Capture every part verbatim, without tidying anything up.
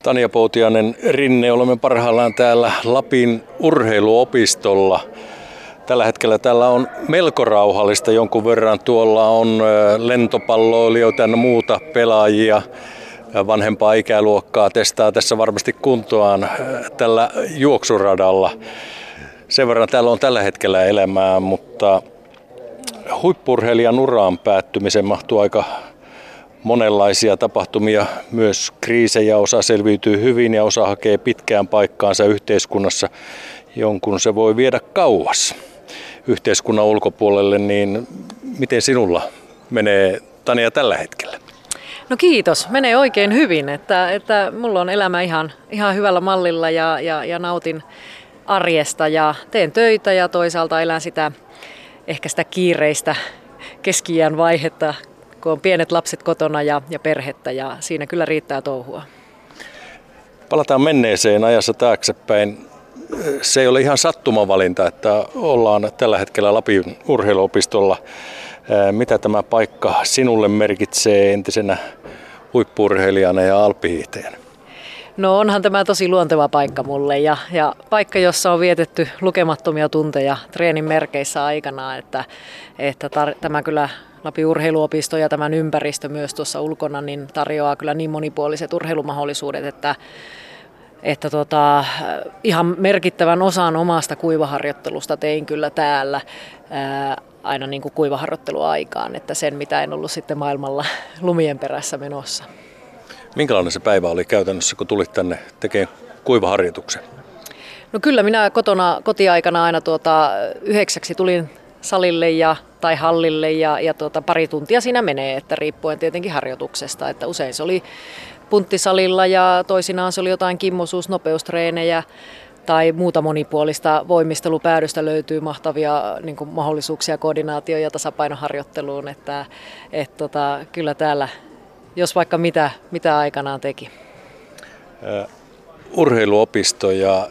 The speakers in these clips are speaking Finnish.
Tanja Poutiainen Rinne, olemme parhaillaan täällä Lapin urheiluopistolla. Tällä hetkellä täällä on melko rauhallista jonkun verran. Tuolla on lentopalloilijoita ja muuta pelaajia. Vanhempaa ikäluokkaa testaa tässä varmasti kuntoaan tällä juoksuradalla. Sen verran täällä on tällä hetkellä elämää, mutta huippu-urheilijan uraan päättymiseen mahtuu aika monenlaisia tapahtumia, myös kriisejä. Osa selviytyy hyvin ja osa hakee pitkään paikkaansa yhteiskunnassa, jonkun se voi viedä kauas yhteiskunnan ulkopuolelle. Niin miten sinulla menee, Tanja, tällä hetkellä? No kiitos, menee oikein hyvin, että, että mulla on elämä ihan, ihan hyvällä mallilla ja, ja, ja nautin arjesta ja teen töitä ja toisaalta elän sitä ehkä sitä kiireistä keski-iän vaihetta, kun on pienet lapset kotona ja, ja perhettä ja siinä kyllä riittää touhua. Palataan menneeseen ajassa taaksepäin. Se ei ole ihan sattumavalinta, että ollaan tällä hetkellä Lapin urheiluopistolla. Mitä tämä paikka sinulle merkitsee entisenä huippu-urheilijana ja alppihiihtäjänä? No onhan tämä tosi luonteva paikka mulle ja, ja paikka, jossa on vietetty lukemattomia tunteja treenin merkeissä aikana, että, että tar- tämä kyllä Lapin urheiluopisto ja tämän ympäristö myös tuossa ulkona niin tarjoaa kyllä niin monipuoliset urheilumahdollisuudet, että, että tota, ihan merkittävän osan omasta kuivaharjoittelusta tein kyllä täällä ää, aina niin kuin kuivaharjoitteluaikaan, että sen mitä en ollut sitten maailmalla lumien perässä menossa. Minkälainen se päivä oli käytännössä, kun tulit tänne tekemään kuivaharjoituksen? No kyllä minä kotona kotiaikana aina tuota, yhdeksäksi tulin salille ja, tai hallille ja, ja tuota, pari tuntia siinä menee, että riippuen tietenkin harjoituksesta. Että usein se oli punttisalilla ja toisinaan se oli jotain kimmosuus, nopeustreenejä tai muuta monipuolista voimistelupäädystä löytyy mahtavia niin kuin mahdollisuuksia koordinaatio- ja tasapainoharjoitteluun. Että, et, tota, kyllä täällä, jos vaikka mitä, mitä aikanaan teki. Uh, urheiluopisto ja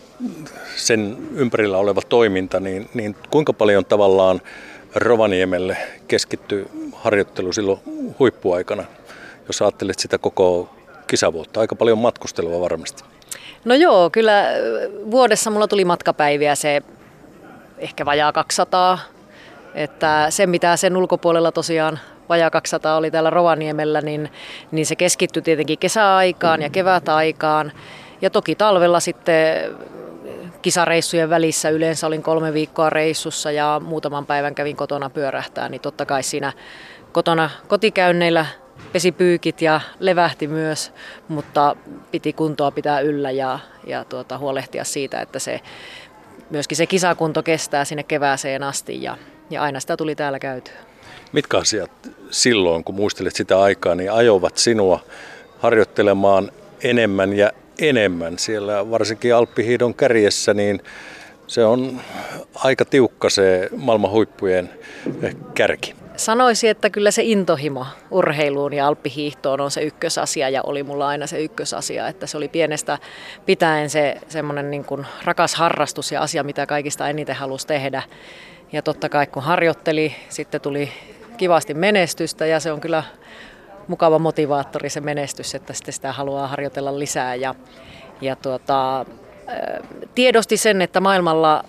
sen ympärillä oleva toiminta, niin, niin kuinka paljon tavallaan Rovaniemelle keskittyy harjoittelu silloin huippuaikana, jos ajattelet sitä koko kisavuotta? Aika paljon matkustelua varmasti. No joo, kyllä vuodessa mulla tuli matkapäiviä se ehkä vajaa kaksisataa, että se mitä sen ulkopuolella tosiaan vajaa kaksisataa oli täällä Rovaniemellä, niin, niin se keskittyi tietenkin kesäaikaan ja kevätaikaan ja toki talvella sitten kisareissujen välissä yleensä olin kolme viikkoa reissussa ja muutaman päivän kävin kotona pyörähtää, niin totta kai siinä kotona kotikäynneillä pesi pyykit ja levähti myös, mutta piti kuntoa pitää yllä ja, ja tuota, huolehtia siitä, että se, myöskin se kisakunto kestää sinne kevääseen asti ja, ja aina sitä tuli täällä käytyä. Mitkä asiat silloin, kun muistelet sitä aikaa, niin ajoivat sinua harjoittelemaan enemmän ja enemmän siellä, varsinkin alppihiidon kärjessä, niin se on aika tiukka se maailman huippujen kärki. Sanoisin, että kyllä se intohimo urheiluun ja alppihiihtoon on se ykkösasia ja oli mulla aina se ykkösasia, että se oli pienestä pitäen se semmoinen niin kuin rakas harrastus ja asia, mitä kaikista eniten halusi tehdä. Ja totta kai kun harjoitteli, sitten tuli kivasti menestystä ja se on kyllä mukava motivaattori se menestys, että sitten sitä haluaa harjoitella lisää ja, ja tuota, tiedosti sen, että maailmalla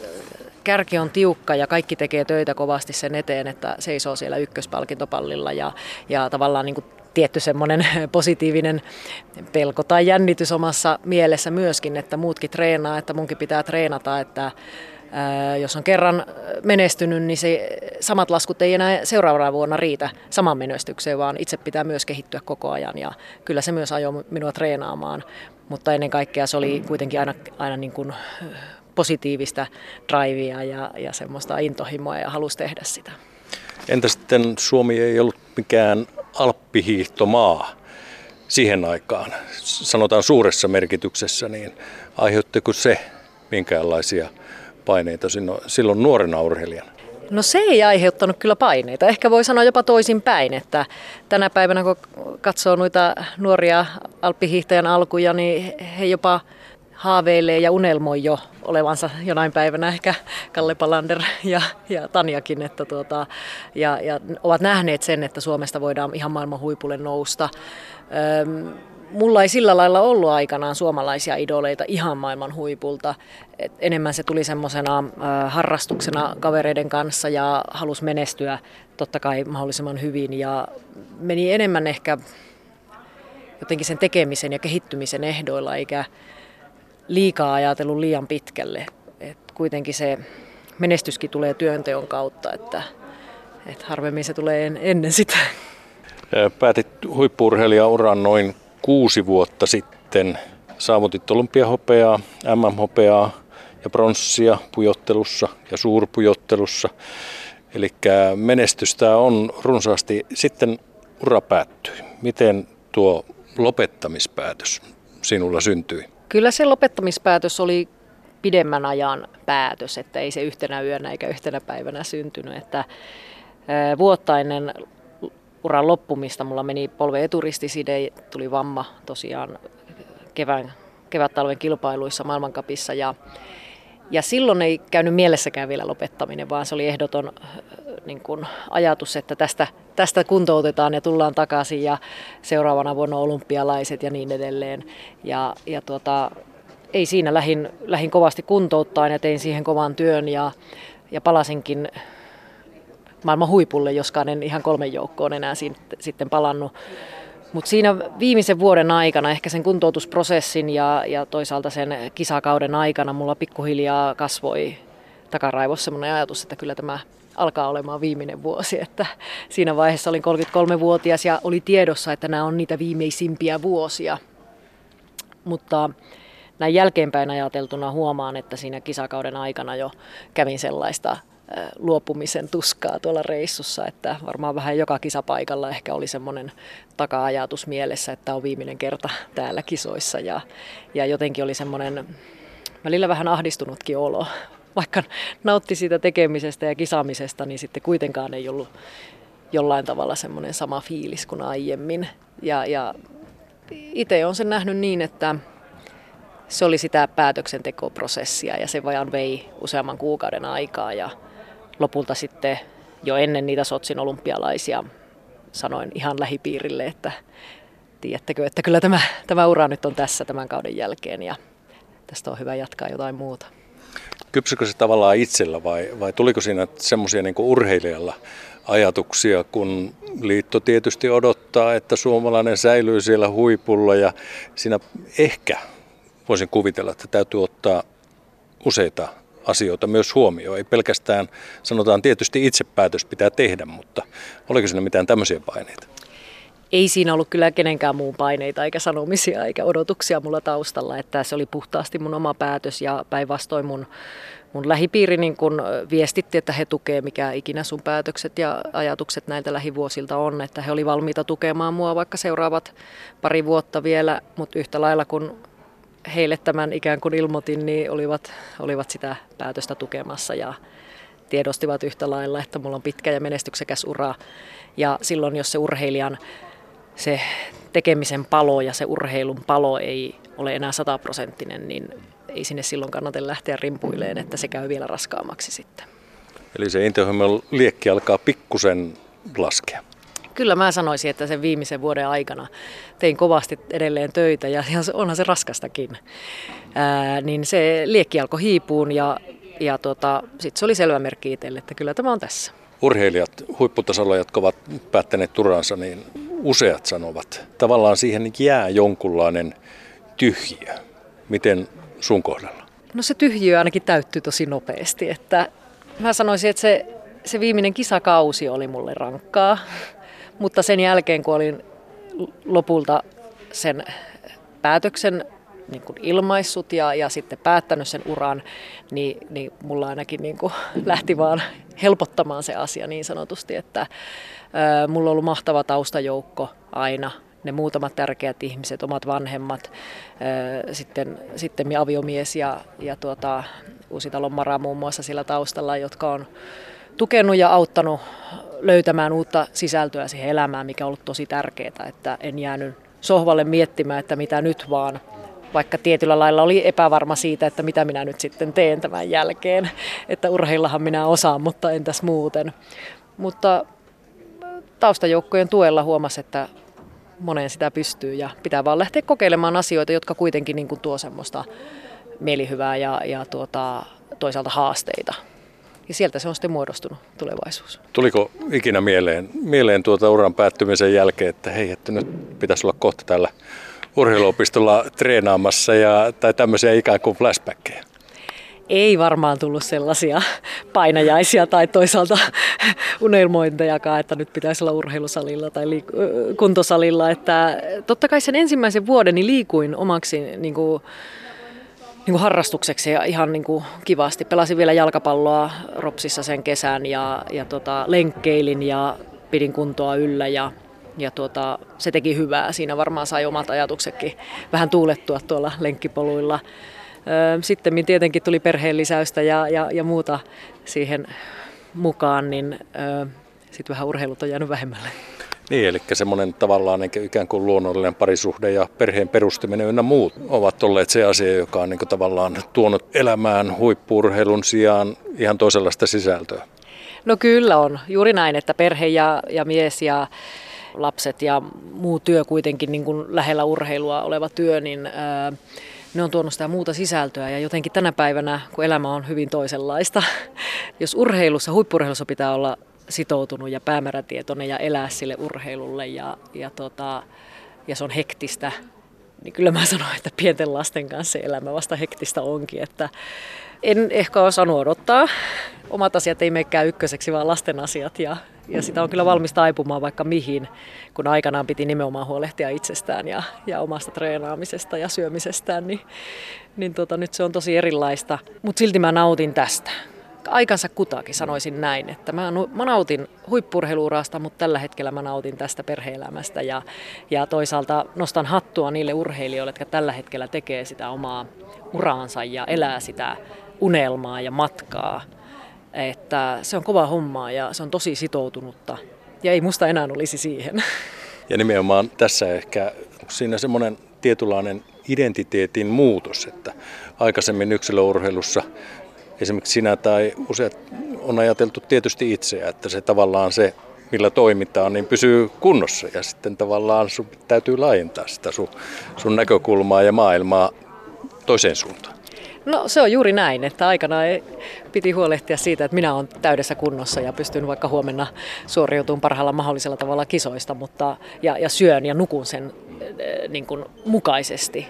kärki on tiukka ja kaikki tekee töitä kovasti sen eteen, että seisoo siellä ykköspalkintopallilla ja, ja tavallaan niin kuin tietty semmoinen positiivinen pelko tai jännitys omassa mielessä myöskin, että muutkin treenaa, että munkin pitää treenata, että jos on kerran menestynyt, niin se samat laskut ei enää seuraavana vuonna riitä saman menestykseen, vaan itse pitää myös kehittyä koko ajan ja kyllä se myös ajoi minua treenaamaan, mutta ennen kaikkea se oli kuitenkin aina, aina niin kuin positiivista drivea ja, ja semmoista intohimoa ja halusi tehdä sitä. Entä sitten Suomi ei ollut mikään alppihiihtomaa siihen aikaan, sanotaan suuressa merkityksessä, niin aiheuttiko se minkäänlaisia paineita silloin nuorena urheilijana? No se ei aiheuttanut kyllä paineita. Ehkä voi sanoa jopa toisinpäin, että tänä päivänä kun katsoo noita nuoria alppihiihtäjän alkuja, niin he jopa haaveilee ja unelmoi jo olevansa jonain päivänä ehkä Kalle Palander ja, ja Tanjakin, että tuota, ja, ja ovat nähneet sen, että Suomesta voidaan ihan maailman huipulle nousta. Öm, mulla ei sillä lailla ollut aikanaan suomalaisia idoleita ihan maailman huipulta. Et enemmän se tuli semmoisena äh, harrastuksena kavereiden kanssa ja halusi menestyä totta kai mahdollisimman hyvin. Ja meni enemmän ehkä jotenkin sen tekemisen ja kehittymisen ehdoilla, eikä liikaa ajatellut liian pitkälle. Et kuitenkin se menestyskin tulee työnteon kautta, että, että harvemmin se tulee ennen sitä. Päätit huippu-urheilijauran noin kuusi vuotta sitten. Saavutit olympiahopeaa, M M-hopeaa ja pronssia pujottelussa ja suurpujottelussa. Eli menestystä on runsaasti. Sitten ura päättyi. Miten tuo lopettamispäätös sinulla syntyi? Kyllä se lopettamispäätös oli pidemmän ajan päätös, että ei se yhtenä yönä eikä yhtenä päivänä syntynyt. Että vuotta ennen uran loppumista mulla meni polven eturistiside, tuli vamma tosiaan kevään, kevät-talven kilpailuissa maailmancupissa ja, ja silloin ei käynyt mielessäkään vielä lopettaminen, vaan se oli ehdoton niin kuin ajatus, että tästä, tästä kuntoutetaan ja tullaan takaisin ja seuraavana vuonna olympialaiset ja niin edelleen. Ja, ja tuota, ei siinä lähin, lähin kovasti kuntouttaan ja tein siihen kovan työn ja, ja palasinkin maailman huipulle, joskaan en ihan kolmen joukkoon enää sitten palannut. Mutta siinä viimeisen vuoden aikana, ehkä sen kuntoutusprosessin ja, ja toisaalta sen kisakauden aikana, mulla pikkuhiljaa kasvoi takaraivossa semmoinen ajatus, että kyllä tämä alkaa olemaan viimeinen vuosi. Että siinä vaiheessa olin kolmekymmentäkolmevuotias ja oli tiedossa, että nämä on niitä viimeisimpiä vuosia. Mutta näin jälkeenpäin ajateltuna huomaan, että siinä kisakauden aikana jo kävin sellaista luopumisen tuskaa tuolla reissussa, että varmaan vähän joka kisapaikalla ehkä oli semmoinen taka-ajatus mielessä, että on viimeinen kerta täällä kisoissa ja, ja jotenkin oli semmoinen välillä vähän ahdistunutkin olo, vaikka nautti siitä tekemisestä ja kisaamisesta, niin sitten kuitenkaan ei ollut jollain tavalla semmoinen sama fiilis kuin aiemmin ja, ja itse olen sen nähnyt niin, että se oli sitä päätöksentekoprosessia ja se vajan vei useamman kuukauden aikaa ja lopulta sitten jo ennen niitä Sotsin olympialaisia sanoin ihan lähipiirille, että tiedättekö, että kyllä tämä, tämä ura nyt on tässä tämän kauden jälkeen ja tästä on hyvä jatkaa jotain muuta. Kypsykö se tavallaan itsellä vai, vai tuliko siinä semmoisia niin kuin urheilijalla ajatuksia, kun liitto tietysti odottaa, että suomalainen säilyy siellä huipulla ja siinä ehkä voisin kuvitella, että täytyy ottaa useita asioita myös huomioon. Ei pelkästään, sanotaan tietysti itse päätös pitää tehdä, mutta oliko siinä mitään tämmöisiä paineita? Ei siinä ollut kyllä kenenkään muun paineita eikä sanomisia eikä odotuksia mulla taustalla, että se oli puhtaasti mun oma päätös ja päinvastoin mun, mun lähipiiri niin kun viestitti, että he tukee mikä ikinä sun päätökset ja ajatukset näiltä lähivuosilta on, että he oli valmiita tukemaan mua vaikka seuraavat pari vuotta vielä, mutta yhtä lailla kun heille tämän ikään kuin ilmoitin, niin olivat, olivat sitä päätöstä tukemassa ja tiedostivat yhtä lailla, että mulla on pitkä ja menestyksekäs ura. Ja silloin, jos se urheilijan se tekemisen palo ja se urheilun palo ei ole enää sataprosenttinen, niin ei sinne silloin kannata lähteä rimpuileen, että se käy vielä raskaammaksi sitten. Eli se intohimon liekki alkaa pikkusen laskea. Kyllä mä sanoisin, että sen viimeisen vuoden aikana tein kovasti edelleen töitä ja onhan se raskastakin. Ää, niin se liekki alkoi hiipuun ja, ja tota, sitten se oli selvä merkki itselle, että kyllä tämä on tässä. Urheilijat huipputasolla, jotka ovat päättäneet uransa, niin useat sanovat, tavallaan siihen jää jonkunlainen tyhjiö. Miten sun kohdalla? No se tyhjiö ainakin täyttyi tosi nopeasti. Että mä sanoisin, että se, se viimeinen kisakausi oli mulle rankkaa. Mutta sen jälkeen, kun olin lopulta sen päätöksen niin kuin ilmaissut ja, ja sitten päättänyt sen uran, niin, niin mulla ainakin niin kuin lähti vaan helpottamaan se asia niin sanotusti, että ää, mulla on ollut mahtava taustajoukko aina, ne muutamat tärkeät ihmiset, omat vanhemmat, ää, sitten, sitten aviomies ja, ja tuota, Uusitalon Mara muun muassa sillä taustalla, jotka on tukenut ja auttanut löytämään uutta sisältöä siihen elämään, mikä on ollut tosi tärkeää, että en jäänyt sohvalle miettimään, että mitä nyt vaan, vaikka tietyllä lailla oli epävarma siitä, että mitä minä nyt sitten teen tämän jälkeen, että urheillahan minä osaan, mutta entäs muuten. Mutta taustajoukkojen tuella huomasi, että moneen sitä pystyy ja pitää vaan lähteä kokeilemaan asioita, jotka kuitenkin niin kuin tuo semmoista mielihyvää ja, ja tuota, toisaalta haasteita. Ja sieltä se on sitten muodostunut tulevaisuus. Tuliko ikinä mieleen, mieleen tuota uran päättymisen jälkeen, että hei, että nyt pitäisi olla kohta täällä urheiluopistolla treenaamassa ja, tai tämmöisiä ikään kuin flashbackkejä? Ei varmaan tullut sellaisia painajaisia tai toisaalta unelmointejakaan, että nyt pitäisi olla urheilusalilla tai liik- kuntosalilla. Että totta kai sen ensimmäisen vuoden niin liikuin omaksi niin kuin, niin kuin harrastukseksi ja ihan niin kuin kivasti. Pelasin vielä jalkapalloa Ropsissa sen kesän ja, ja tota, lenkkeilin ja pidin kuntoa yllä ja Ja tuota, se teki hyvää. Siinä varmaan sai omat ajatuksetkin vähän tuulettua tuolla lenkkipoluilla. Sitten tietenkin tuli perheen lisäystä ja, ja, ja muuta siihen mukaan, niin sitten vähän urheilut on jäänyt vähemmälle. Niin, eli semmoinen tavallaan ikään kuin luonnollinen parisuhde ja perheen perustaminen ynnä muut ovat olleet se asia, joka on niin kuin tavallaan tuonut elämään huippu-urheilun sijaan ihan toisenlaista sisältöä. No kyllä on. Juuri näin, että perhe ja, ja mies ja lapset ja muu työ kuitenkin niin kuin lähellä urheilua oleva työ, niin ää, ne on tuonut sitä muuta sisältöä ja jotenkin tänä päivänä, kun elämä on hyvin toisenlaista, jos urheilussa, huippu-urheilussa pitää olla sitoutunut ja päämäärätietoinen ja elää sille urheilulle ja, ja, tota, ja se on hektistä, niin kyllä mä sanon, että pienten lasten kanssa se elämä vasta hektistä onkin, että en ehkä osannut odottaa. Omat asiat ei menekään ykköseksi, vaan lasten asiat ja, ja sitä on kyllä valmis taipumaan vaikka mihin, kun aikanaan piti nimenomaan huolehtia itsestään ja, ja omasta treenaamisesta ja syömisestään, niin, niin tota, nyt se on tosi erilaista, mutta silti mä nautin tästä. Aikansa kutakin sanoisin näin, että mä, mä nautin huippu-urheilu-urasta, mutta tällä hetkellä mä nautin tästä perhe-elämästä ja, ja toisaalta nostan hattua niille urheilijoille, jotka tällä hetkellä tekee sitä omaa uraansa ja elää sitä unelmaa ja matkaa. Että se on kova hommaa ja se on tosi sitoutunutta ja ei musta enää olisi siihen. Ja nimenomaan tässä ehkä siinä semmoinen tietynlainen identiteetin muutos, että aikaisemmin yksilöurheilussa esimerkiksi sinä tai useat on ajateltu tietysti itseä, että se tavallaan se, millä toimitaan, niin pysyy kunnossa ja sitten tavallaan sun täytyy laajentaa sitä sun, sun näkökulmaa ja maailmaa toiseen suuntaan. No se on juuri näin, että aikanaan piti huolehtia siitä, että minä olen täydessä kunnossa ja pystyn vaikka huomenna suoriutumaan parhaalla mahdollisella tavalla kisoista, mutta, ja, ja syön ja nukun sen niin kuin mukaisesti.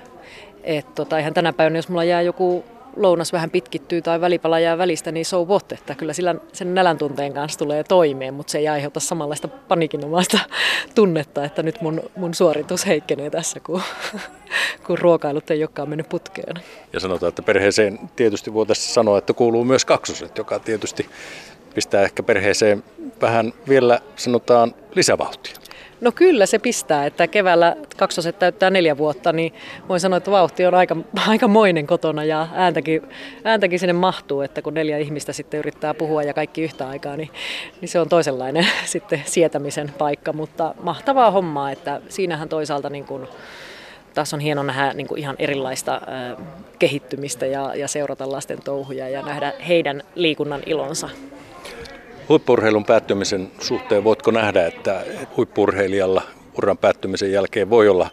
Et tota, ihan tänä päivänä, jos mulla jää joku lounas vähän pitkittyy tai välipala jää välistä, niin so what, että kyllä sillä sen nälän tunteen kanssa tulee toimeen, mutta se ei aiheuta samanlaista paniikinomaista tunnetta, että nyt mun, mun suoritus heikkenee tässä, kun, kun ruokailut ei olekaan mennyt putkeen. Ja sanotaan, että perheeseen tietysti voitaisiin sanoa, että kuuluu myös kaksoset, joka tietysti pistää ehkä perheeseen vähän vielä sanotaan lisävauhtia. No kyllä se pistää, että keväällä kaksoset täyttää neljä vuotta, niin voin sanoa, että vauhti on aika, aikamoinen kotona ja ääntäkin, ääntäkin sinne mahtuu, että kun neljä ihmistä sitten yrittää puhua ja kaikki yhtä aikaa, niin, niin se on toisenlainen sitten sietämisen paikka, mutta mahtavaa hommaa, että siinähän toisaalta niin kuin, taas on hieno nähdä niin kuin ihan erilaista äh, kehittymistä ja, ja seurata lasten touhuja ja nähdä heidän liikunnan ilonsa. Huippu-urheilun päättymisen suhteen voitko nähdä, että huippu-urheilijalla uran päättymisen jälkeen voi olla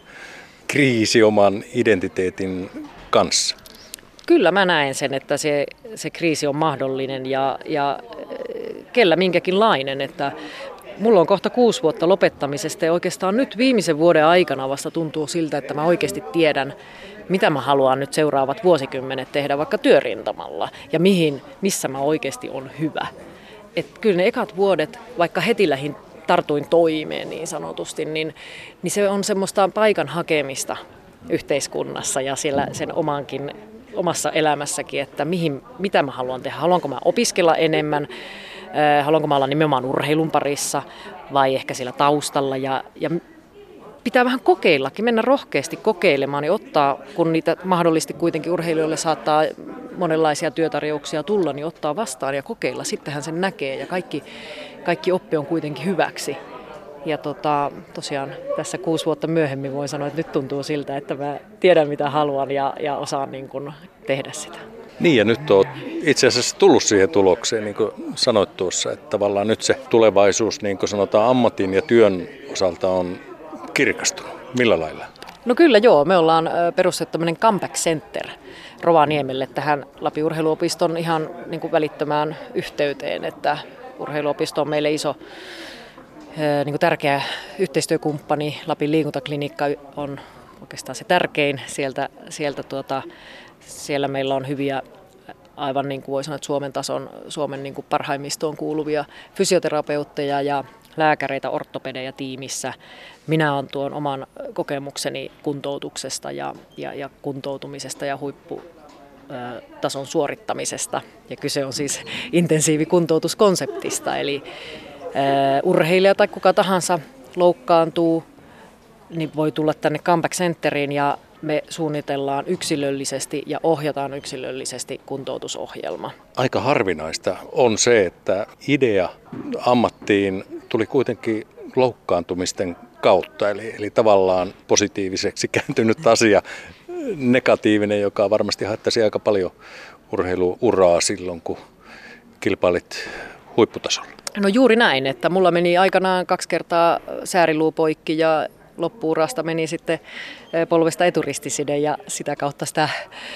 kriisi oman identiteetin kanssa? Kyllä mä näen sen, että se, se kriisi on mahdollinen ja, ja kellä minkäkinlainen. Että mulla on kohta kuusi vuotta lopettamisesta ja oikeastaan nyt viimeisen vuoden aikana vasta tuntuu siltä, että mä oikeasti tiedän, mitä mä haluan nyt seuraavat vuosikymmenet tehdä vaikka työrintamalla ja mihin, missä mä oikeasti on hyvä. Että kyllä ne ekat vuodet, vaikka heti lähin tartuin toimeen niin sanotusti, niin, niin se on semmoista paikan hakemista yhteiskunnassa ja siellä sen omankin, omassa elämässäkin, että mihin, mitä mä haluan tehdä. Haluanko mä opiskella enemmän, äh, haluanko mä olla nimenomaan urheilun parissa vai ehkä siellä taustalla. Ja, ja pitää vähän kokeillakin, mennä rohkeasti kokeilemaan ja ottaa, kun niitä mahdollisesti kuitenkin urheilijoille saattaa monenlaisia työtarjouksia tulla, niin ottaa vastaan ja kokeilla. Sittenhän sen näkee ja kaikki, kaikki oppi on kuitenkin hyväksi. Ja tota, tosiaan tässä kuusi vuotta myöhemmin voin sanoa, että nyt tuntuu siltä, että mä tiedän mitä haluan ja, ja osaan niin kuin tehdä sitä. Niin ja nyt olet itse asiassa tullut siihen tulokseen, niin kuin sanoit tuossa, että tavallaan nyt se tulevaisuus, niin kuin sanotaan ammatin ja työn osalta on kirkastunut. Millä lailla? No kyllä joo, me ollaan perustettu tämmöinen comeback center Rovaniemelle tähän Lapin urheiluopiston ihan niin kuin välittömään yhteyteen, että urheiluopisto on meille iso niin kuin tärkeä yhteistyökumppani. Lapin liikuntaklinikka on oikeastaan se tärkein. Sieltä, sieltä tuota, siellä meillä on hyviä, aivan niin kuin voi sanoa, että Suomen tason, Suomen niin kuin parhaimmistoon kuuluvia fysioterapeutteja ja lääkäreitä, orttopedeja tiimissä. Minä olen tuon oman kokemukseni kuntoutuksesta ja, ja, ja kuntoutumisesta ja huipputason suorittamisesta. Ja kyse on siis intensiivikuntoutuskonseptista, eli uh, urheilija tai kuka tahansa loukkaantuu, niin voi tulla tänne Comeback Centeriin ja me suunnitellaan yksilöllisesti ja ohjataan yksilöllisesti kuntoutusohjelma. Aika harvinaista on se, että idea ammattiin tuli kuitenkin loukkaantumisten kautta, eli, eli tavallaan positiiviseksi kääntynyt asia, negatiivinen, joka varmasti haittaisi aika paljon urheiluuraa silloin, kun kilpailit huipputasolla. No juuri näin, että mulla meni aikanaan kaksi kertaa sääriluu poikki ja loppuurasta meni sitten polvesta eturistiside ja sitä kautta sitä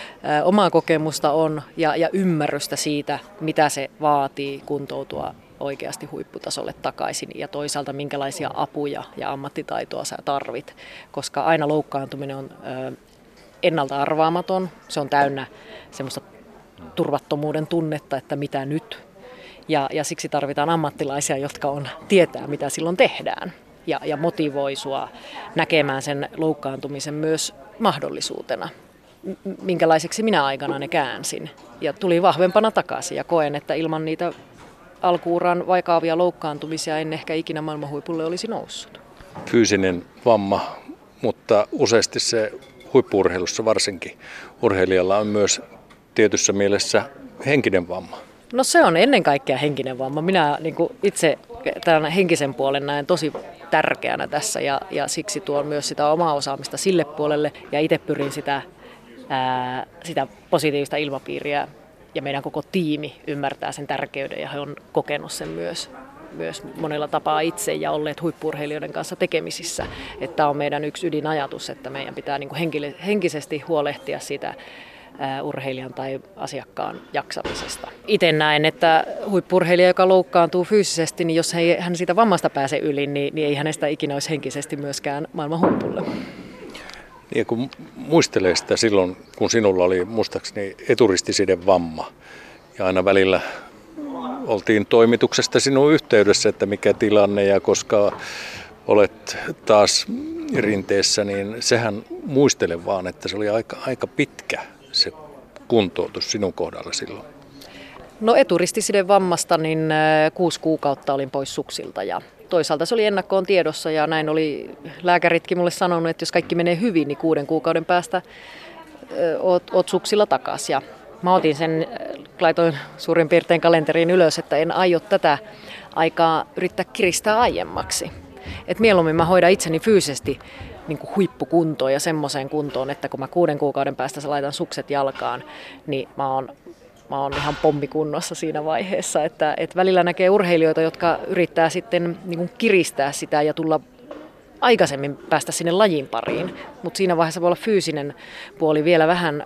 omaa kokemusta on ja, ja ymmärrystä siitä, mitä se vaatii kuntoutua oikeasti huipputasolle takaisin ja toisaalta minkälaisia apuja ja ammattitaitoa sä tarvit, koska aina loukkaantuminen on ennalta arvaamaton, se on täynnä semmoista turvattomuuden tunnetta, että mitä nyt ja, ja siksi tarvitaan ammattilaisia, jotka on, tietää mitä silloin tehdään. Ja, ja motivoi sua näkemään sen loukkaantumisen myös mahdollisuutena, minkälaiseksi minä aikana ne käänsin. Ja tuli vahvempana takaisin ja koen, että ilman niitä alkuuran vaikaavia loukkaantumisia en ehkä ikinä maailman huipulle olisi noussut. Fyysinen vamma, mutta useasti se huippu-urheilussa varsinkin urheilijalla on myös tietyssä mielessä henkinen vamma. No se on ennen kaikkea henkinen vamma. Minä niin kuin itse tämän henkisen puolen näen tosi tärkeänä tässä ja, ja siksi tuon myös sitä omaa osaamista sille puolelle ja itse pyrin sitä, ää, sitä positiivista ilmapiiriä ja meidän koko tiimi ymmärtää sen tärkeyden ja he on kokenut sen myös, myös monella tapaa itse ja olleet huippu-urheilijoiden kanssa tekemisissä. Että tämä on meidän yksi ydinajatus, että meidän pitää niin kuin henkisesti huolehtia siitä urheilijan tai asiakkaan jaksamisesta. Itse näen, että huippu-urheilija, joka loukkaantuu fyysisesti, niin jos hän siitä vammasta pääse yli, niin, niin ei hänestä ikinä olisi henkisesti myöskään maailman huipulle. Ja kun muistelee sitä silloin, kun sinulla oli muistaakseni eturistiside vamma, ja aina välillä oltiin toimituksesta sinun yhteydessä, että mikä tilanne, ja koska olet taas rinteessä, niin sehän muistele vaan, että se oli aika, aika pitkä se kuntoutus sinun kohdalla silloin? No eturistisiden vammasta niin kuusi kuukautta olin pois suksilta ja toisaalta se oli ennakkoon tiedossa ja näin oli lääkäritkin mulle sanonut, että jos kaikki menee hyvin, niin kuuden kuukauden päästä oot, oot suksilla takaisin. Ja mä otin sen, laitoin suurin piirtein kalenteriin ylös, että en aio tätä aikaa yrittää kiristää aiemmaksi. Et mieluummin mä hoidan itseni fyysisesti niin kuin huippukuntoon ja semmoiseen kuntoon, että kun mä kuuden kuukauden päästä laitan sukset jalkaan, niin mä oon, mä oon ihan pommikunnossa siinä vaiheessa. Että, että välillä näkee urheilijoita, jotka yrittää sitten niin kuin kiristää sitä ja tulla aikaisemmin päästä sinne lajin pariin, mutta siinä vaiheessa voi olla fyysinen puoli vielä vähän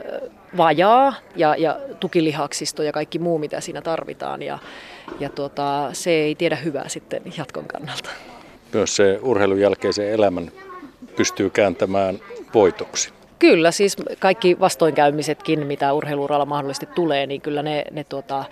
vajaa ja, ja tukilihaksisto ja kaikki muu, mitä siinä tarvitaan. Ja, ja tuota, se ei tiedä hyvää sitten jatkon kannalta. Myös se urheilun jälkeisen elämän pystyy kääntämään voitoksi. Kyllä, siis kaikki vastoinkäymisetkin, mitä urheiluuralla mahdollisesti tulee, niin kyllä ne, ne tuota,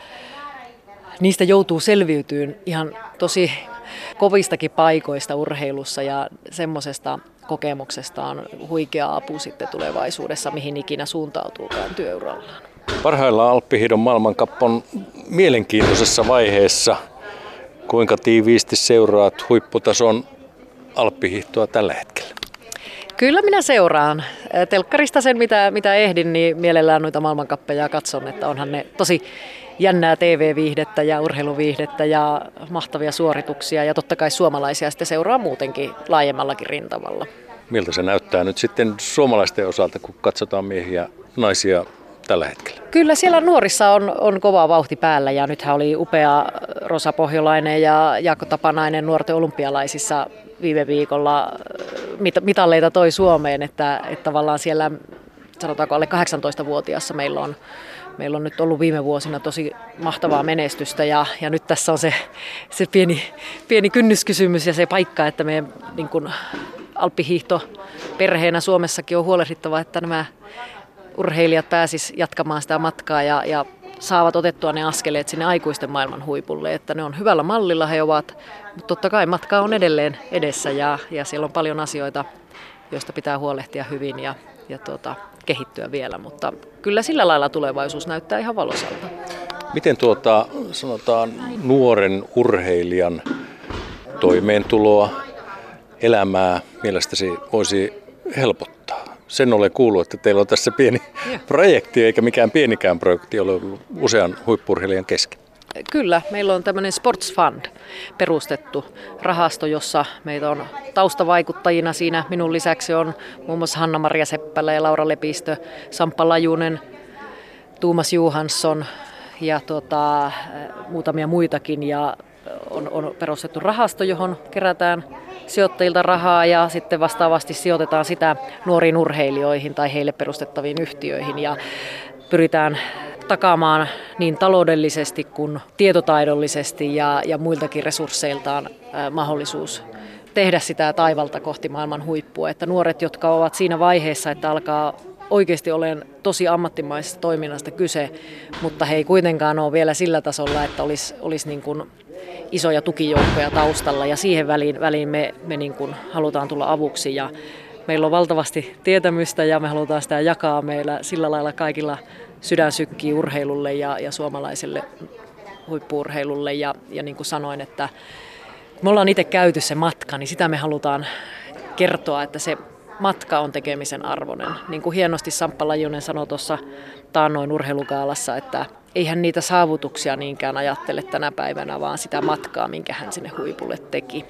niistä joutuu selviytyyn ihan tosi kovistakin paikoista urheilussa ja semmoisesta kokemuksesta on huikea apu sitten tulevaisuudessa, mihin ikinä suuntautuukaan työurallaan. Parhaillaan Alppihiihdon maailmankap on mielenkiintoisessa vaiheessa. Kuinka tiiviisti seuraat huipputason alppihiihtoa tällä hetkellä? Kyllä minä seuraan. Telkkarista sen, mitä, mitä ehdin, niin mielellään noita maailmankappeja katson, että onhan ne tosi jännää T V-viihdettä ja urheiluviihdettä ja mahtavia suorituksia ja totta kai suomalaisia sitten seuraa muutenkin laajemmallakin rintamalla. Miltä se näyttää nyt sitten suomalaisten osalta, kun katsotaan miehiä ja naisia tällä hetkellä? Kyllä siellä nuorissa on, on kova vauhti päällä ja nythän oli upea Rosa Pohjolainen ja Jaakko Tapanainen nuorten olympialaisissa viime viikolla mit- mitalleita toi Suomeen, että, että tavallaan siellä sanotaanko alle kahdeksantoistavuotiaassa meillä on, meillä on nyt ollut viime vuosina tosi mahtavaa menestystä ja, ja nyt tässä on se, se pieni, pieni kynnyskysymys ja se paikka, että meidän niin kuin alppihiihto perheenä Suomessakin on huolehdittava, että nämä urheilijat pääsis jatkamaan sitä matkaa ja, ja saavat otettua ne askeleet sinne aikuisten maailman huipulle, että ne on hyvällä mallilla he ovat, mutta totta kai matka on edelleen edessä ja, ja siellä on paljon asioita, joista pitää huolehtia hyvin ja, ja tuota, kehittyä vielä, mutta kyllä sillä lailla tulevaisuus näyttää ihan valoisalta. Miten tuota, sanotaan nuoren urheilijan toimeentuloa, elämää mielestäsi voisi helpottaa? Sen olen kuullut, että teillä on tässä pieni projekti, eikä mikään pienikään projekti ole ollut usean huippu-urheilijan kesken. Kyllä, meillä on tämmöinen Sports Fund perustettu rahasto, jossa meitä on taustavaikuttajina siinä. Minun lisäksi on muun muassa Hanna-Maria Seppälä ja Laura Lepistö, Samppa Lajunen, Tuomas Johansson ja tuota, muutamia muitakin. Ja on, on perustettu rahasto, johon kerätään sijoittajilta rahaa ja sitten vastaavasti sijoitetaan sitä nuoriin urheilijoihin tai heille perustettaviin yhtiöihin ja pyritään takaamaan niin taloudellisesti kuin tietotaidollisesti ja, ja muiltakin resursseiltaan ää, mahdollisuus tehdä sitä taivalta kohti maailman huippua. Että nuoret, jotka ovat siinä vaiheessa, että alkaa oikeasti olen tosi ammattimaisesta toiminnasta kyse, mutta he ei kuitenkaan ole vielä sillä tasolla, että olisi, olisi niin kuin isoja tukijoukkoja taustalla ja siihen väliin, väliin me, me niin kuin halutaan tulla avuksi ja meillä on valtavasti tietämystä ja me halutaan sitä jakaa meillä sillä lailla kaikilla sydän sykkii urheilulle ja, ja suomalaiselle huippu-urheilulle ja, ja niin kuin sanoin, että kun me ollaan itse käyty se matka, niin sitä me halutaan kertoa, että se matka on tekemisen arvoinen. Niin kuin hienosti Samppa Lajunen sanoi tuossa taannoin urheilukaalassa, että eihän niitä saavutuksia niinkään ajattele tänä päivänä, vaan sitä matkaa, minkä hän sinne huipulle teki.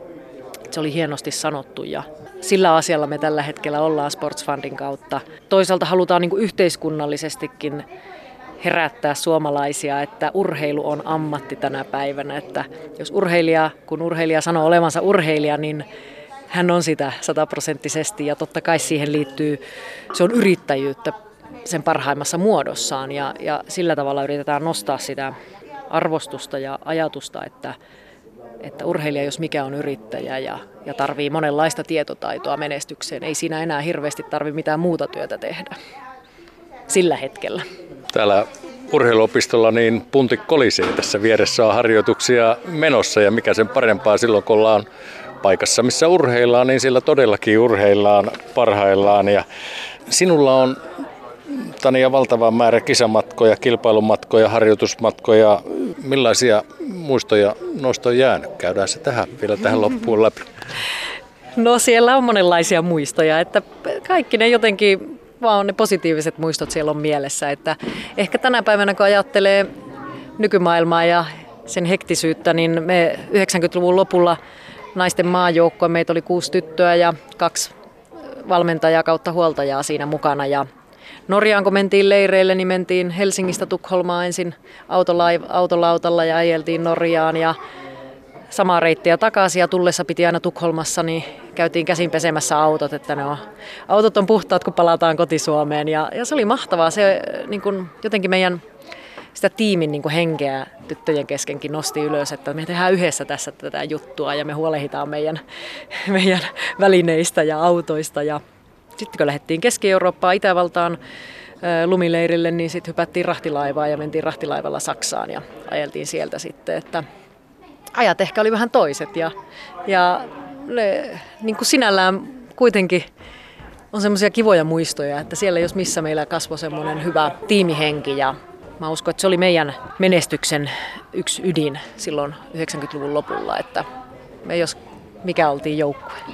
Se oli hienosti sanottu ja sillä asialla me tällä hetkellä ollaan Sports Fundin kautta. Toisaalta halutaan niin kuin yhteiskunnallisestikin herättää suomalaisia, että urheilu on ammatti tänä päivänä. Että jos urheilija, kun urheilija sanoo olevansa urheilija, niin hän on sitä sataprosenttisesti ja totta kai siihen liittyy, se on yrittäjyyttä sen parhaimmassa muodossaan ja, ja sillä tavalla yritetään nostaa sitä arvostusta ja ajatusta, että, että urheilija jos mikä on yrittäjä ja, ja tarvii monenlaista tietotaitoa menestykseen. Ei siinä enää hirveästi tarvitse mitään muuta työtä tehdä sillä hetkellä. Täällä urheiluopistolla niin punti kolisee, tässä vieressä on harjoituksia menossa ja mikä sen parempaa silloin kun ollaan paikassa, missä urheillaan, niin siellä todellakin urheillaan parhaillaan. Ja sinulla on, Tania, valtava määrä kisamatkoja, kilpailumatkoja, harjoitusmatkoja. Millaisia muistoja noista on jäänyt? Käydään se tähän vielä tähän loppuun läpi. No siellä on monenlaisia muistoja, että kaikki ne jotenkin, vaan ne positiiviset muistot siellä on mielessä. Että ehkä tänä päivänä kun ajattelee nykymaailmaa ja sen hektisyyttä, niin me yhdeksänkymmentäluvun lopulla naisten maajoukkoa, meitä oli kuusi tyttöä ja kaksi valmentajaa kautta huoltajaa siinä mukana. Ja Norjaan kun mentiin leireille, niin mentiin Helsingistä Tukholmaan ensin autolaiv- autolautalla ja ajeltiin Norjaan ja samaa reittiä takaisin ja tullessa piti aina Tukholmassa, niin käytiin käsin pesemässä autot, että ne on, autot on puhtaat kun palataan kotisuomeen ja, ja se oli mahtavaa. Se niin kun, jotenkin meidän sitä tiimin niin kuin henkeä tyttöjen keskenkin nosti ylös, että me tehdään yhdessä tässä tätä juttua ja me huolehditaan meidän, meidän välineistä ja autoista. Ja sitten kun lähdettiin Keski-Eurooppaan, Itävaltaan lumileirille, niin sitten hypättiin rahtilaivaan ja mentiin rahtilaivalla Saksaan ja ajeltiin sieltä sitten. Että ajat ehkä oli vähän toiset ja, ja ne, niin kuin sinällään kuitenkin on semmoisia kivoja muistoja, että siellä jos missä meillä kasvoi semmoinen hyvä tiimihenki ja mä uskon, että se oli meidän menestyksen yksi ydin silloin yhdeksänkymmentäluvun lopulla, että me jos mikä oltiin joukkue.